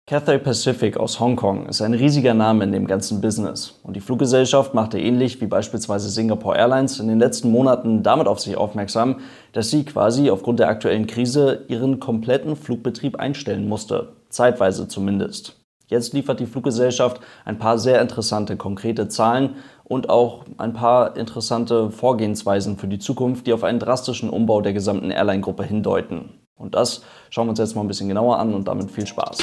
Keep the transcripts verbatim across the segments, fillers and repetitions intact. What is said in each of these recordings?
Cathay Pacific aus Hongkong ist ein riesiger Name in dem ganzen Business. Und die Fluggesellschaft machte ähnlich wie beispielsweise Singapore Airlines in den letzten Monaten damit auf sich aufmerksam, dass sie quasi aufgrund der aktuellen Krise ihren kompletten Flugbetrieb einstellen musste. Zeitweise zumindest. Jetzt liefert die Fluggesellschaft ein paar sehr interessante, konkrete Zahlen und auch ein paar interessante Vorgehensweisen für die Zukunft, die auf einen drastischen Umbau der gesamten Airline-Gruppe hindeuten. Und das schauen wir uns jetzt mal ein bisschen genauer an und damit viel Spaß.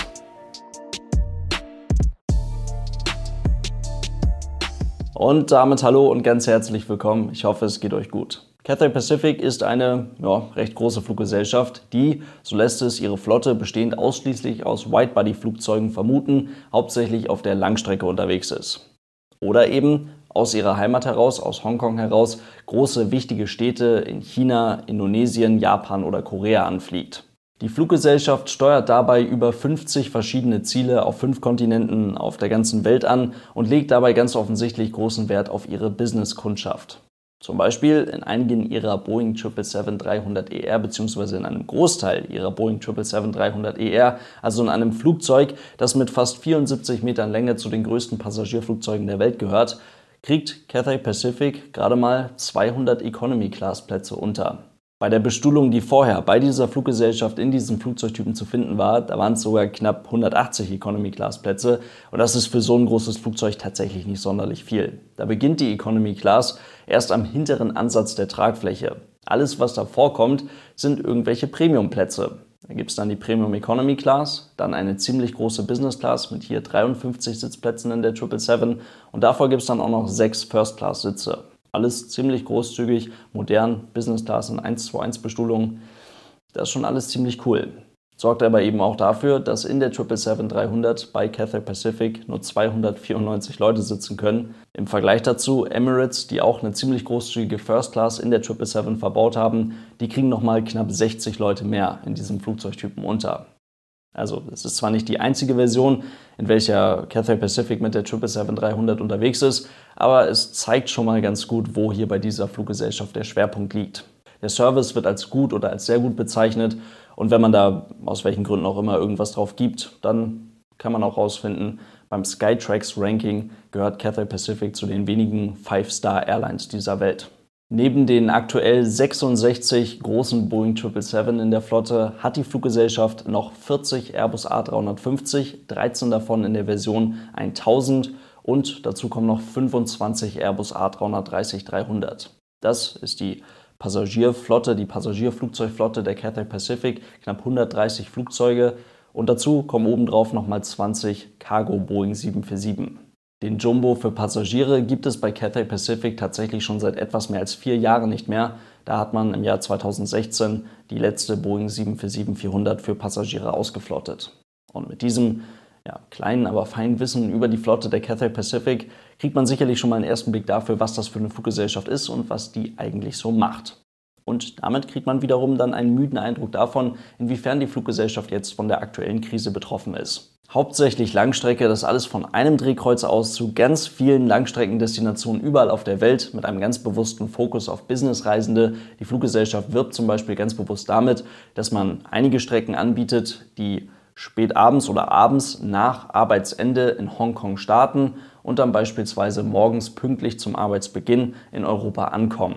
Und damit hallo und ganz herzlich willkommen. Ich hoffe, es geht euch gut. Cathay Pacific ist eine ja, recht große Fluggesellschaft, die, so lässt es ihre Flotte bestehend ausschließlich aus Widebody-Flugzeugen vermuten, hauptsächlich auf der Langstrecke unterwegs ist. Oder eben aus ihrer Heimat heraus, aus Hongkong heraus, große wichtige Städte in China, Indonesien, Japan oder Korea anfliegt. Die Fluggesellschaft steuert dabei über fünfzig verschiedene Ziele auf fünf Kontinenten auf der ganzen Welt an und legt dabei ganz offensichtlich großen Wert auf ihre Business-Kundschaft. Zum Beispiel in einigen ihrer Boeing sieben sieben sieben dreihundert E R bzw. in einem Großteil ihrer Boeing sieben sieben sieben dreihundert E R, also in einem Flugzeug, das mit fast vierundsiebzig Metern Länge zu den größten Passagierflugzeugen der Welt gehört, kriegt Cathay Pacific gerade mal zweihundert Economy-Class-Plätze unter. Bei der Bestuhlung, die vorher bei dieser Fluggesellschaft in diesem Flugzeugtypen zu finden war, da waren es sogar knapp hundertachtzig Economy-Class-Plätze und das ist für so ein großes Flugzeug tatsächlich nicht sonderlich viel. Da beginnt die Economy-Class erst am hinteren Ansatz der Tragfläche. Alles, was davor kommt, sind irgendwelche Premium-Plätze. Da gibt es dann die Premium Economy Class, dann eine ziemlich große Business Class mit hier dreiundfünfzig Sitzplätzen in der sieben sieben sieben und davor gibt es dann auch noch sechs First-Class-Sitze. Alles ziemlich großzügig, modern, Business Class in eins zu eins Bestuhlung. Das ist schon alles ziemlich cool. Sorgt aber eben auch dafür, dass in der sieben sieben sieben dreihundert bei Cathay Pacific nur zweihundertvierundneunzig Leute sitzen können. Im Vergleich dazu Emirates, die auch eine ziemlich großzügige First Class in der sieben sieben sieben verbaut haben, die kriegen nochmal knapp sechzig Leute mehr in diesem Flugzeugtypen unter. Also es ist zwar nicht die einzige Version, in welcher Cathay Pacific mit der sieben sieben sieben dreihundert unterwegs ist, aber es zeigt schon mal ganz gut, wo hier bei dieser Fluggesellschaft der Schwerpunkt liegt. Der Service wird als gut oder als sehr gut bezeichnet und wenn man da aus welchen Gründen auch immer irgendwas drauf gibt, dann kann man auch rausfinden, beim Skytrax Ranking gehört Cathay Pacific zu den wenigen Five-Star Airlines dieser Welt. Neben den aktuell sechsundsechzig großen Boeing sieben sieben sieben in der Flotte hat die Fluggesellschaft noch vierzig Airbus A drei fünfzig, dreizehn davon in der Version tausend und dazu kommen noch fünfundzwanzig Airbus A drei dreißig dreihundert. Das ist die Passagierflotte, die Passagierflugzeugflotte der Cathay Pacific, knapp hundertdreißig Flugzeuge und dazu kommen obendrauf nochmal zwanzig Cargo Boeing sieben vier sieben. Den Jumbo für Passagiere gibt es bei Cathay Pacific tatsächlich schon seit etwas mehr als vier Jahren nicht mehr. Da hat man im Jahr zweitausendsechzehn die letzte Boeing sieben vier sieben vierhundert für Passagiere ausgeflottet. Und mit diesem ja, kleinen, aber feinen Wissen über die Flotte der Cathay Pacific kriegt man sicherlich schon mal einen ersten Blick dafür, was das für eine Fluggesellschaft ist und was die eigentlich so macht. Und damit kriegt man wiederum dann einen müden Eindruck davon, inwiefern die Fluggesellschaft jetzt von der aktuellen Krise betroffen ist. Hauptsächlich Langstrecke, das alles von einem Drehkreuz aus zu ganz vielen Langstreckendestinationen überall auf der Welt mit einem ganz bewussten Fokus auf Businessreisende. Die Fluggesellschaft wirbt zum Beispiel ganz bewusst damit, dass man einige Strecken anbietet, die spät abends oder abends nach Arbeitsende in Hongkong starten und dann beispielsweise morgens pünktlich zum Arbeitsbeginn in Europa ankommen.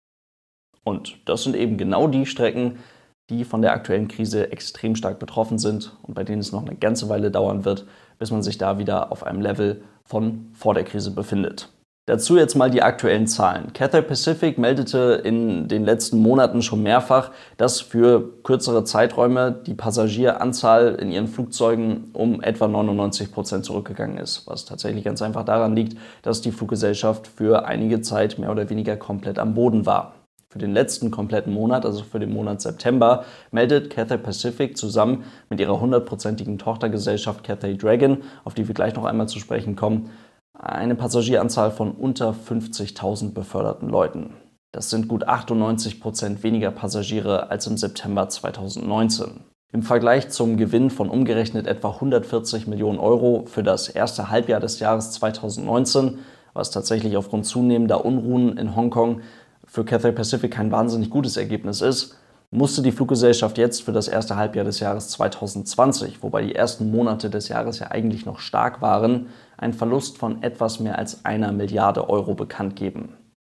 Und das sind eben genau die Strecken, die von der aktuellen Krise extrem stark betroffen sind und bei denen es noch eine ganze Weile dauern wird, bis man sich da wieder auf einem Level von vor der Krise befindet. Dazu jetzt mal die aktuellen Zahlen. Cathay Pacific meldete in den letzten Monaten schon mehrfach, dass für kürzere Zeiträume die Passagieranzahl in ihren Flugzeugen um etwa neunundneunzig Prozent zurückgegangen ist, was tatsächlich ganz einfach daran liegt, dass die Fluggesellschaft für einige Zeit mehr oder weniger komplett am Boden war. Für den letzten kompletten Monat, also für den Monat September, meldet Cathay Pacific zusammen mit ihrer hundertprozentigen Tochtergesellschaft Cathay Dragon, auf die wir gleich noch einmal zu sprechen kommen, eine Passagieranzahl von unter fünfzigtausend beförderten Leuten. Das sind gut achtundneunzig Prozent weniger Passagiere als im September zweitausendneunzehn. Im Vergleich zum Gewinn von umgerechnet etwa hundertvierzig Millionen Euro für das erste Halbjahr des Jahres zweitausendneunzehn, was tatsächlich aufgrund zunehmender Unruhen in Hongkong für Cathay Pacific kein wahnsinnig gutes Ergebnis ist, musste die Fluggesellschaft jetzt für das erste Halbjahr des Jahres zweitausendzwanzig, wobei die ersten Monate des Jahres ja eigentlich noch stark waren, einen Verlust von etwas mehr als einer Milliarde Euro bekannt geben.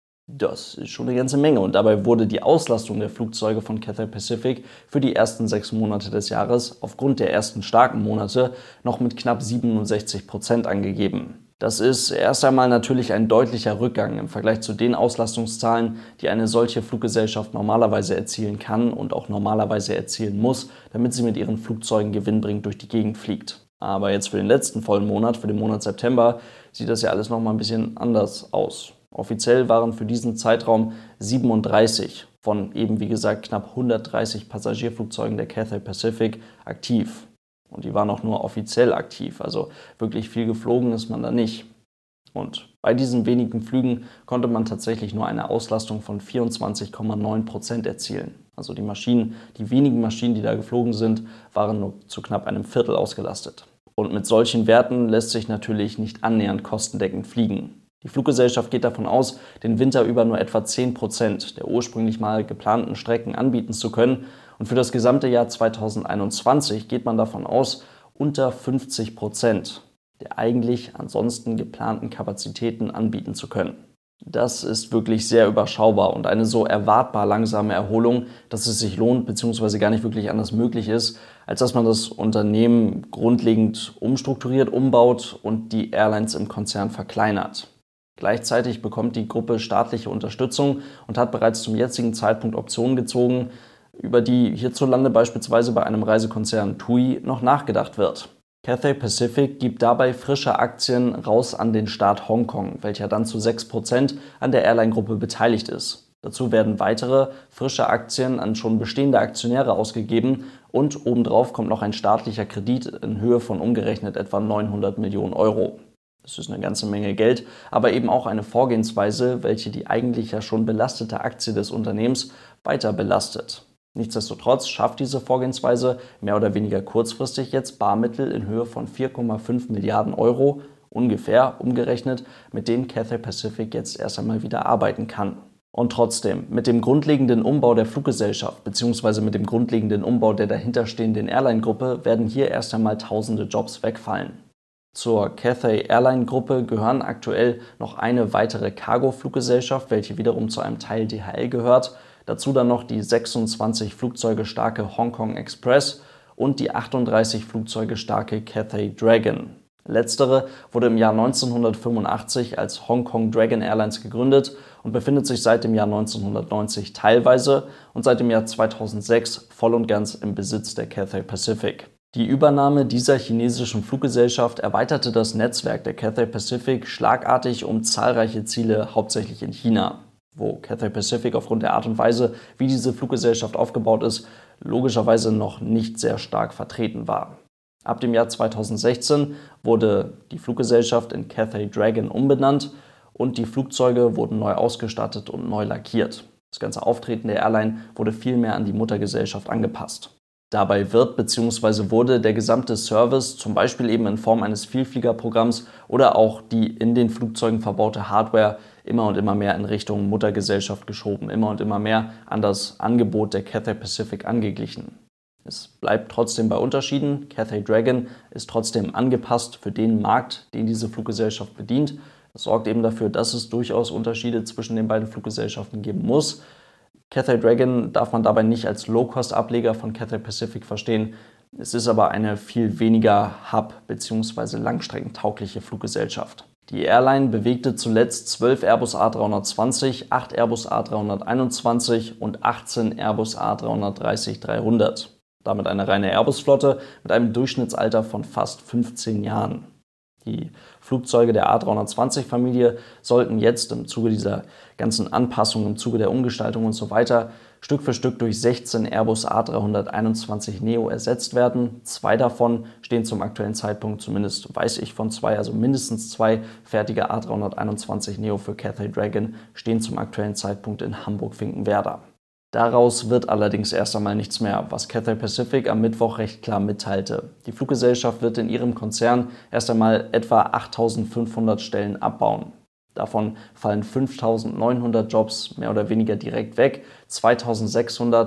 Das ist schon eine ganze Menge und dabei wurde die Auslastung der Flugzeuge von Cathay Pacific für die ersten sechs Monate des Jahres aufgrund der ersten starken Monate noch mit knapp siebenundsechzig Prozent angegeben. Das ist erst einmal natürlich ein deutlicher Rückgang im Vergleich zu den Auslastungszahlen, die eine solche Fluggesellschaft normalerweise erzielen kann und auch normalerweise erzielen muss, damit sie mit ihren Flugzeugen gewinnbringend durch die Gegend fliegt. Aber jetzt für den letzten vollen Monat, für den Monat September, sieht das ja alles noch mal ein bisschen anders aus. Offiziell waren für diesen Zeitraum siebenunddreißig von eben wie gesagt knapp hundertdreißig Passagierflugzeugen der Cathay Pacific aktiv. Und die waren auch nur offiziell aktiv, also wirklich viel geflogen ist man da nicht. Und bei diesen wenigen Flügen konnte man tatsächlich nur eine Auslastung von vierundzwanzig Komma neun Prozent erzielen. Also die Maschinen, die wenigen Maschinen, die da geflogen sind, waren nur zu knapp einem Viertel ausgelastet. Und mit solchen Werten lässt sich natürlich nicht annähernd kostendeckend fliegen. Die Fluggesellschaft geht davon aus, den Winter über nur etwa zehn Prozent der ursprünglich mal geplanten Strecken anbieten zu können. Und für das gesamte Jahr zweitausendeinundzwanzig geht man davon aus, unter fünfzig Prozent der eigentlich ansonsten geplanten Kapazitäten anbieten zu können. Das ist wirklich sehr überschaubar und eine so erwartbar langsame Erholung, dass es sich lohnt bzw. gar nicht wirklich anders möglich ist, als dass man das Unternehmen grundlegend umstrukturiert, umbaut und die Airlines im Konzern verkleinert. Gleichzeitig bekommt die Gruppe staatliche Unterstützung und hat bereits zum jetzigen Zeitpunkt Optionen gezogen, über die hierzulande beispielsweise bei einem Reisekonzern T U I noch nachgedacht wird. Cathay Pacific gibt dabei frische Aktien raus an den Staat Hongkong, welcher dann zu sechs Prozent an der Airline-Gruppe beteiligt ist. Dazu werden weitere frische Aktien an schon bestehende Aktionäre ausgegeben und obendrauf kommt noch ein staatlicher Kredit in Höhe von umgerechnet etwa neunhundert Millionen Euro. Das ist eine ganze Menge Geld, aber eben auch eine Vorgehensweise, welche die eigentlich ja schon belastete Aktie des Unternehmens weiter belastet. Nichtsdestotrotz schafft diese Vorgehensweise mehr oder weniger kurzfristig jetzt Barmittel in Höhe von vier Komma fünf Milliarden Euro, ungefähr umgerechnet, mit denen Cathay Pacific jetzt erst einmal wieder arbeiten kann. Und trotzdem, mit dem grundlegenden Umbau der Fluggesellschaft bzw. mit dem grundlegenden Umbau der dahinterstehenden Airline-Gruppe werden hier erst einmal tausende Jobs wegfallen. Zur Cathay Airline-Gruppe gehören aktuell noch eine weitere Cargo-Fluggesellschaft, welche wiederum zu einem Teil D H L gehört. Dazu dann noch die sechsundzwanzig Flugzeuge starke Hong Kong Express und die achtunddreißig Flugzeuge starke Cathay Dragon. Letztere wurde im Jahr neunzehnhundertfünfundachtzig als Hong Kong Dragon Airlines gegründet und befindet sich seit dem Jahr neunzehnhundertneunzig teilweise und seit dem Jahr zweitausendsechs voll und ganz im Besitz der Cathay Pacific. Die Übernahme dieser chinesischen Fluggesellschaft erweiterte das Netzwerk der Cathay Pacific schlagartig um zahlreiche Ziele, hauptsächlich in China, wo Cathay Pacific aufgrund der Art und Weise, wie diese Fluggesellschaft aufgebaut ist, logischerweise noch nicht sehr stark vertreten war. Ab dem Jahr zweitausendsechzehn wurde die Fluggesellschaft in Cathay Dragon umbenannt und die Flugzeuge wurden neu ausgestattet und neu lackiert. Das ganze Auftreten der Airline wurde vielmehr an die Muttergesellschaft angepasst. Dabei wird bzw. wurde der gesamte Service, zum Beispiel eben in Form eines Vielfliegerprogramms oder auch die in den Flugzeugen verbaute Hardware, immer und immer mehr in Richtung Muttergesellschaft geschoben, immer und immer mehr an das Angebot der Cathay Pacific angeglichen. Es bleibt trotzdem bei Unterschieden. Cathay Dragon ist trotzdem angepasst für den Markt, den diese Fluggesellschaft bedient. Das sorgt eben dafür, dass es durchaus Unterschiede zwischen den beiden Fluggesellschaften geben muss. Cathay Dragon darf man dabei nicht als Low-Cost-Ableger von Cathay Pacific verstehen. Es ist aber eine viel weniger hub- bzw. langstreckentaugliche Fluggesellschaft. Die Airline bewegte zuletzt zwölf Airbus A dreihundertzwanzig, acht Airbus A dreihunderteinundzwanzig und achtzehn Airbus A dreihundertdreißig dreihundert. Damit eine reine Airbus-Flotte mit einem Durchschnittsalter von fast fünfzehn Jahren. Die Flugzeuge der A dreihundertzwanzig-Familie sollten jetzt im Zuge dieser ganzen Anpassungen, im Zuge der Umgestaltung und so weiter Stück für Stück durch sechzehn Airbus A dreihunderteinundzwanzig Neo ersetzt werden. Zwei davon stehen zum aktuellen Zeitpunkt, zumindest weiß ich von zwei, also mindestens zwei fertige A dreihunderteinundzwanzig Neo für Cathay Dragon stehen zum aktuellen Zeitpunkt in Hamburg-Finkenwerder. Daraus wird allerdings erst einmal nichts mehr, was Cathay Pacific am Mittwoch recht klar mitteilte. Die Fluggesellschaft wird in ihrem Konzern erst einmal etwa achttausendfünfhundert Stellen abbauen. Davon fallen fünftausendneunhundert Jobs mehr oder weniger direkt weg, zweitausendsechshundert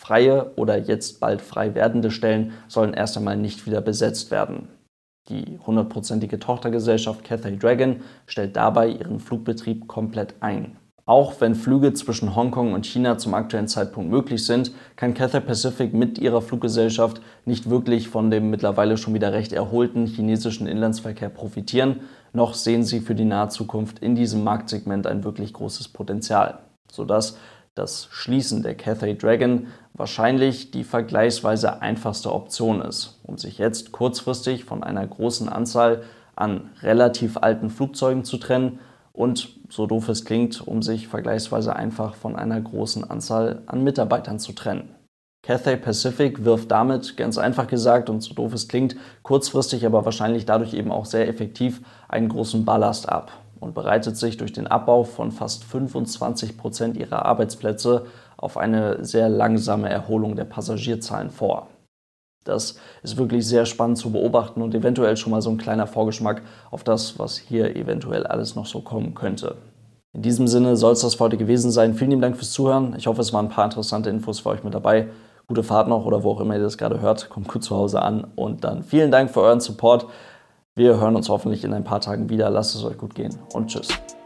Freie oder jetzt bald frei werdende Stellen sollen erst einmal nicht wieder besetzt werden. Die hundertprozentige Tochtergesellschaft Cathay Dragon stellt dabei ihren Flugbetrieb komplett ein. Auch wenn Flüge zwischen Hongkong und China zum aktuellen Zeitpunkt möglich sind, kann Cathay Pacific mit ihrer Fluggesellschaft nicht wirklich von dem mittlerweile schon wieder recht erholten chinesischen Inlandsverkehr profitieren, noch sehen sie für die nahe Zukunft in diesem Marktsegment ein wirklich großes Potenzial, sodass das Schließen der Cathay Dragon wahrscheinlich die vergleichsweise einfachste Option ist, um sich jetzt kurzfristig von einer großen Anzahl an relativ alten Flugzeugen zu trennen und, so doof es klingt, um sich vergleichsweise einfach von einer großen Anzahl an Mitarbeitern zu trennen. Cathay Pacific wirft damit, ganz einfach gesagt und so doof es klingt, kurzfristig, aber wahrscheinlich dadurch eben auch sehr effektiv einen großen Ballast ab und bereitet sich durch den Abbau von fast fünfundzwanzig Prozent ihrer Arbeitsplätze auf eine sehr langsame Erholung der Passagierzahlen vor. Das ist wirklich sehr spannend zu beobachten und eventuell schon mal so ein kleiner Vorgeschmack auf das, was hier eventuell alles noch so kommen könnte. In diesem Sinne soll es das für heute gewesen sein. Vielen lieben Dank fürs Zuhören. Ich hoffe, es waren ein paar interessante Infos für euch mit dabei. Gute Fahrt noch oder wo auch immer ihr das gerade hört. Kommt gut zu Hause an und dann vielen Dank für euren Support. Wir hören uns hoffentlich in ein paar Tagen wieder. Lasst es euch gut gehen und tschüss.